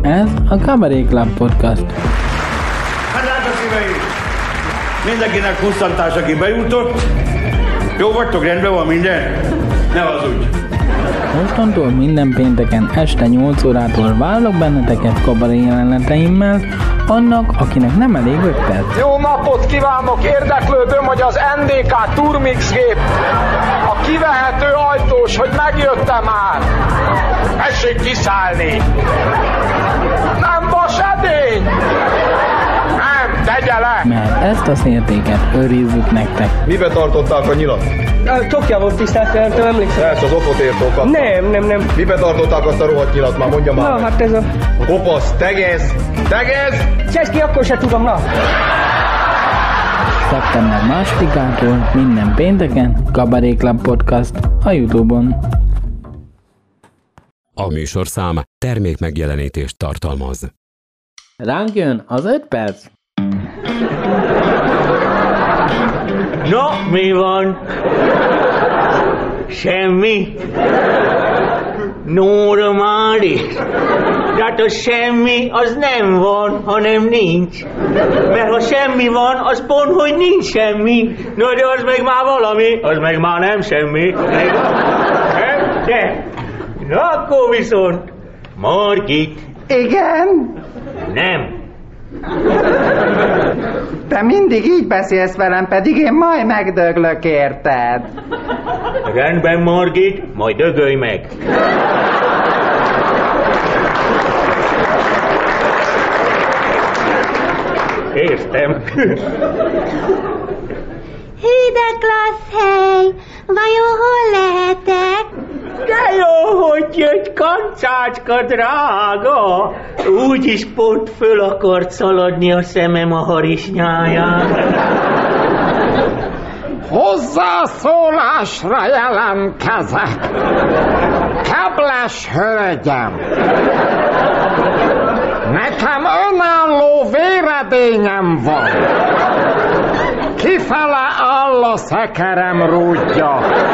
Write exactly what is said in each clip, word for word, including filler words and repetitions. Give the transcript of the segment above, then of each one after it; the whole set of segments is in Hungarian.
Ez a Cabaret Club Podcast. Hát drága szíveim! Mindenkinek pusztantás, aki bejutott. Jó vagytok, rendben van minden? Ne hazudj! Mostantól minden pénteken este nyolc órától várlak benneteket kabaré jeleneteimmel, annak, akinek nem elég öt perc. Jó napot kívánok! Érdeklődöm, hogy az en dé ká Turmix gép, a kivehető ajtós, hogy megjöttem már. Tessék kiszállni! Nem vas edény! Nem, tegye le! Mert ezt a szértéket őrizzük nektek. Mibe tartották a nyilat? A Tokja volt tisztelt, emlékszem. Persze, az okotértól kaptam. Nem, nem, nem. Mibe tartották azt a rohadt nyilat? Már mondja már. Na, meg. hát ez a... Kopasz, tegez! Tegez! Cseszki, akkor se tudom, na. szeptember másodikától minden pénteken Cabaret Club Podcast a YouTube-on. A műsorszám termékmegjelenítést tartalmaz. Ránk jön az öt perc. No, mi van? Semmi? Normális? De hát a semmi az nem van, hanem nincs. Mert ha semmi van, az pont, hogy nincs semmi. No, de az meg már valami, az meg már nem semmi. De, na akkor viszont, Margit. Igen? Nem. Te mindig így beszélsz velem, pedig én majd megdöglök, érted? Rendben, Margit, majd dögölj meg. Értem. Hű, de klassz hely! Vajon hol lehetek? De jó, hogy jött, kancácska drága! Úgyis pont föl akart szaladni a szemem a harisnyáján. Hozzászólásra jelentkezek! Kedves hölgyem! Nekem önálló véredényem van! Kifele áll a szekerem rúdja!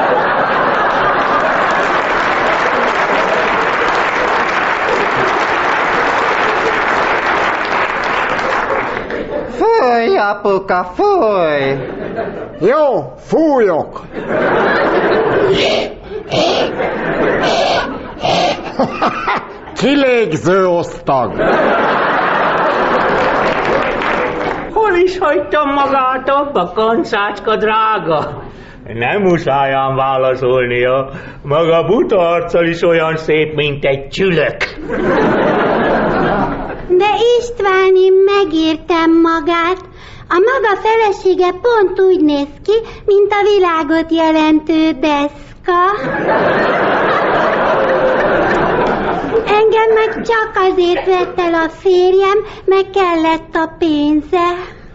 Fújj, apuka, fújj! Jó, fújok! Kilégző osztag! Hol is hagytam magát abba, kancácska drága? Nem muszáján válaszolnia. Maga buta arccal is olyan szép, mint egy csülök. De István, én megértem magát. A maga felesége pont úgy néz ki, mint a világot jelentő deszka. Engem meg csak azért vett el a férjem, meg kellett a pénze.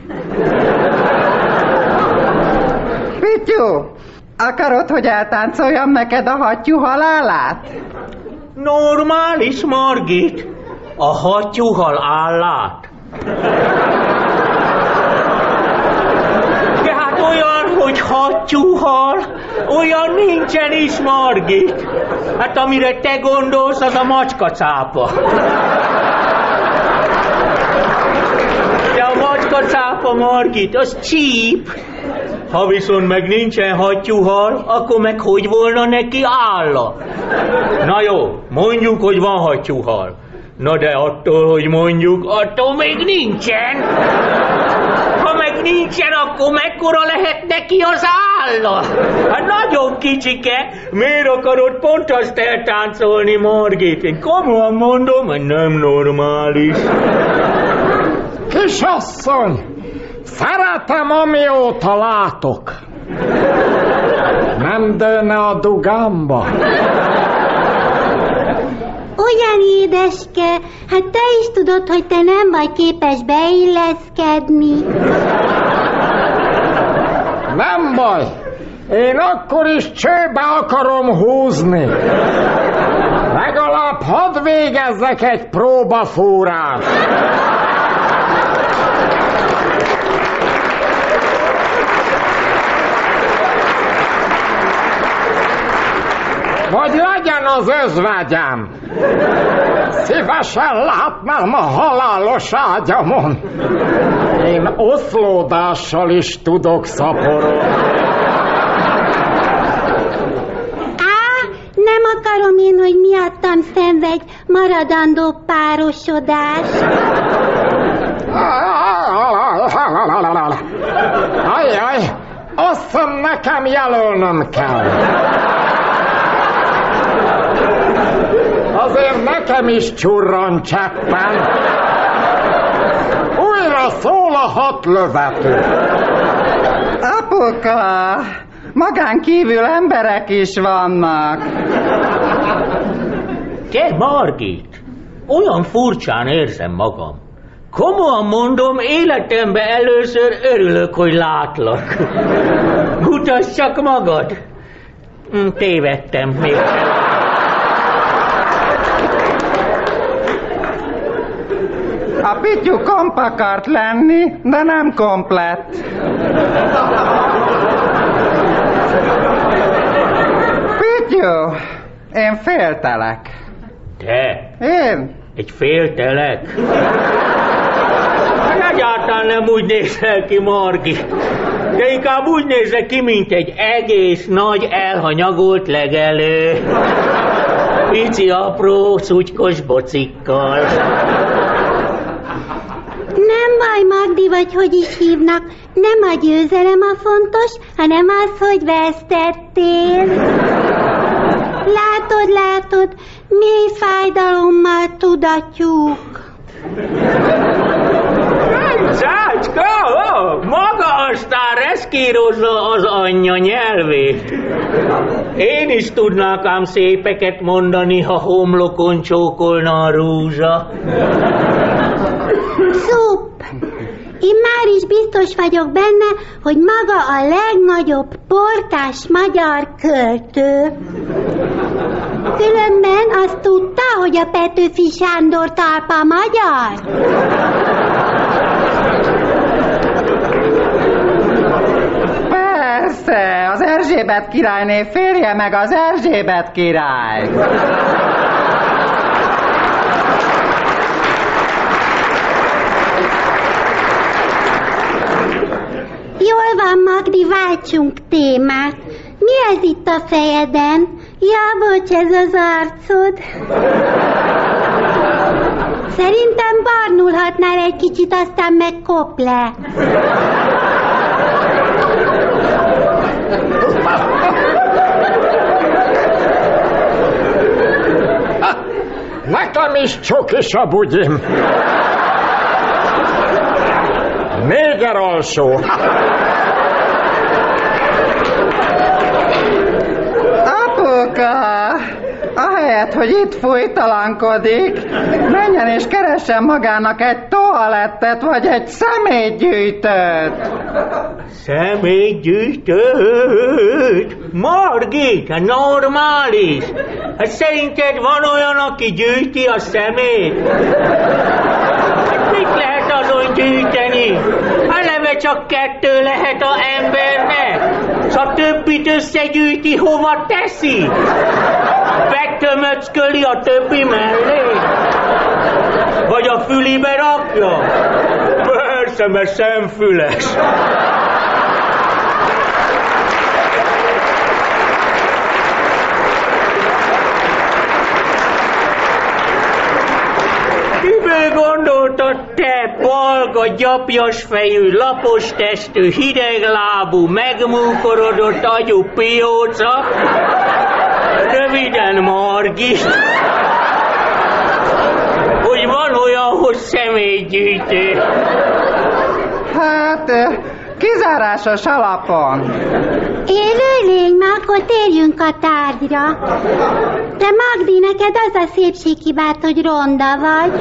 Pityu, akarod, hogy eltáncoljam neked a hattyú halálát? Normális, Margit. A hattyúhal állát. De hát olyan, hogy hattyúhal, olyan nincsen is, Margit. Hát amire te gondolsz, az a macskacápa. De a macskacápa, Margit, az csíp. Ha viszont meg nincsen hattyúhal, akkor meg hogy volna neki álla? Na jó, mondjuk, hogy van hattyúhal. Na de attól, hogy mondjuk, attól még nincsen. Ha meg nincsen, akkor mekkora lehet neki az álla? Hát nagyon kicsike. Miért akarod pont azt eltáncolni, Margit? Én komolyan mondom, hogy nem normális. Kisasszony, szeretem, amióta látok. Nem dőlne a dugámba. Olyan édeske, hát te is tudod, hogy te nem vagy képes beilleszkedni. Nem baj, én akkor is csőbe akarom húzni. Legalább hadd végezzek egy próbafúrást. Vagy legyen Ilyen az özvegyem. Szívesen látnám a halálos ágyamon. Én oszlódással is tudok szaporolni. Á, nem akarom én, hogy miattam szenvedj maradandó párosodás. Ajjaj, azt hiszem nekem jelölnöm kell. Azért nekem is csurran cseppen. Újra szól a hat lövető. Apuka, magán kívül emberek is vannak. Te, Margit, olyan furcsán érzem magam. Komolyan mondom, életemben először örülök, hogy látlak. Mutasd csak magad. Hm, tévedtem még. A Pityu komp akart lenni, de nem komplett. Pityu, én féltelek. Te? Én? Egy féltelek? Egyáltalán nem úgy nézel ki, Margi. De inkább úgy nézel ki, mint egy egész nagy elhanyagolt legelő. Pici apró szutykos bocikkal. Nem baj, Magdi, vagy hogy is hívnak. Nem a győzelem a fontos, hanem az, hogy vesztettél. Látod, látod, mély fájdalommal tudatjuk. Zácska, ó, maga aztán reszkírozza az anyja nyelvét. Én is tudnák ám szépeket mondani, ha homlokon csókolna a rúzsa. Szup! Én már is biztos vagyok benne, hogy maga a legnagyobb portás magyar költő. Különben azt tudta, hogy a Petőfi Sándor talpa magyar? Persze, az Erzsébet királyné férje meg az Erzsébet király. Jól van, Magdi, váltsunk témát. Mi ez itt a fejeden? Ja, bocs, ez az arcod. Szerintem barnulhatnál egy kicsit, aztán meg kop le. Nekem is csokis a bugyim. Néger alsó. Apuka, ahelyett, hogy itt fújtalankodik, menjen és keressen magának egy toalettet vagy egy szemétgyűjtőt. Szemétgyűjtőt? Margit, hát normális. Hát szerinted van olyan, aki gyűjti a szemét? Hát mit lehet azon gyűjteni? Eleve csak kettő lehet a embernek. S a többit összegyűjti, hova teszi? Betömöcköli a többi mellé? Vagy a fülibe rakja? Persze, mert szemfüles. Miből gondoltad te, balga, gyapjas fejű, lapos testű, hideglábú, megmunkorodott agyú pióca, röviden Margit, hogy van olyan, hogy személygyűjtő? Hát, kizárásos alapon. Élőlény, már akkor térjünk a tárgyra. De Magdi, neked az a szépséghibád, hogy ronda vagy.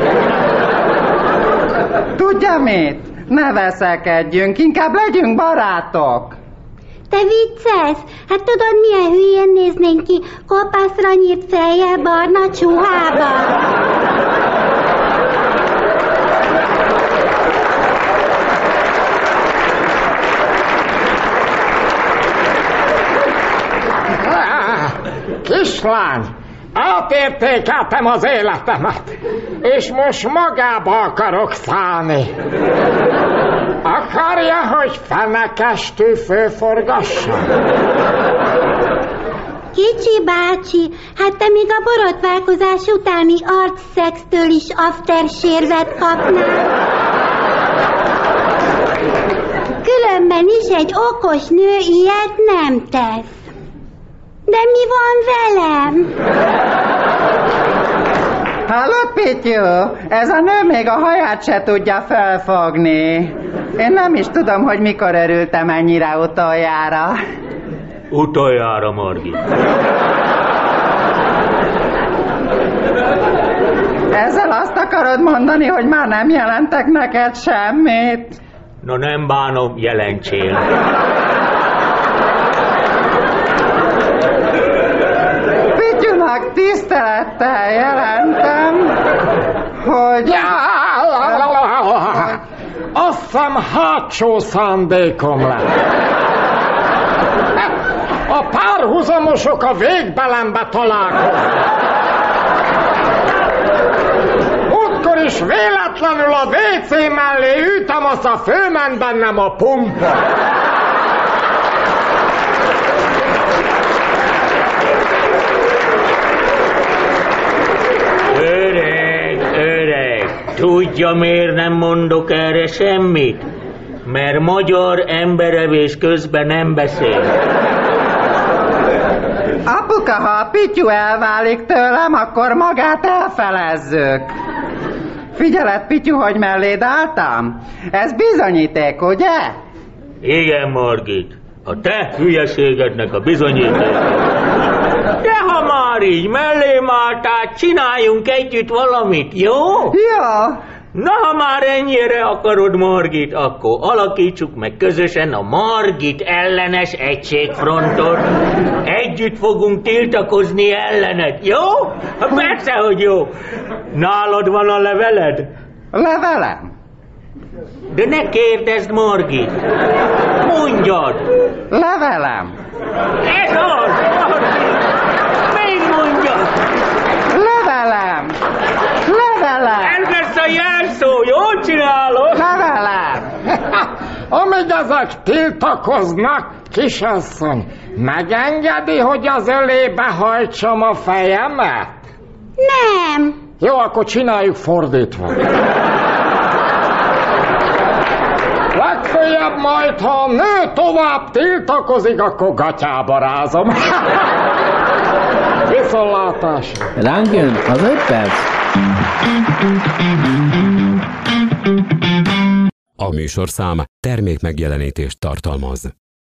Tudja mit? Ne veszekedjünk, inkább legyünk barátok. Te viccelsz? Hát tudod, milyen hülyén néznénk ki kopaszra nyírt fejjel barna csuhába? Kislány, Átértékeltem az életemet, és most magába akarok szállni. Akarja, hogy fenekestül fölforgassam? Kicsi bácsi, hát te még a borotválkozás utáni arcszextől is aftersérvet kapnál. Különben is egy okos nő ilyet nem tesz. De mi van velem? Hallod, Pityu? Ez a nő még a haját se tudja felfogni. Én nem is tudom, hogy mikor örültem ennyire utoljára. Utoljára, Margit. Ezzel azt akarod mondani, hogy már nem jelentek neked semmit? Na nem bánom, jelentsél. Pityunak tisztelettel jelentem, hogy... Azt hiszem hátsó szándékom lett. A párhuzamosok a végbelembe találkoznak. Útkor is véletlenül a vé cé mellé ütem, aztán fölment bennem a pumpa. Öreg, öreg, tudja, miért nem mondok erre semmit? Mert magyar emberevés közben nem beszél. Apuka, ha a Pityu elválik tőlem, akkor magát elfelezzük. Figyeled, Pityu, hogy melléd álltam? Ez bizonyíték, ugye? Igen, Margit. A te hülyeségednek a bizonyíték. De ha már így mellém álltál, csináljunk együtt valamit, jó? Jó. Na, ha már ennyire akarod, Margit, akkor alakítsuk meg közösen a Margit ellenes egységfrontot. Együtt fogunk tiltakozni ellened, jó? Persze, hogy jó. Nálad van a leveled? Levelem? De ne kérdezd, Margit. Mondjad. Levelem. Ez az, Margit. Még mondjad. Levelem. Levelem. Ez lesz a jelszó, jól csinálod? Levelem. Amíg ezek tiltakoznak, kisasszony, megengedi, hogy az ölébe hajtsam a fejemet? Nem. Jó, akkor csináljuk fordítva. Legfeljebb majd, ha a nő tovább tiltakozik, akkor gatyába rázom. Viszontlátás. Ránk jön az öt perc. A műsorszám termék megjelenítést tartalmaz.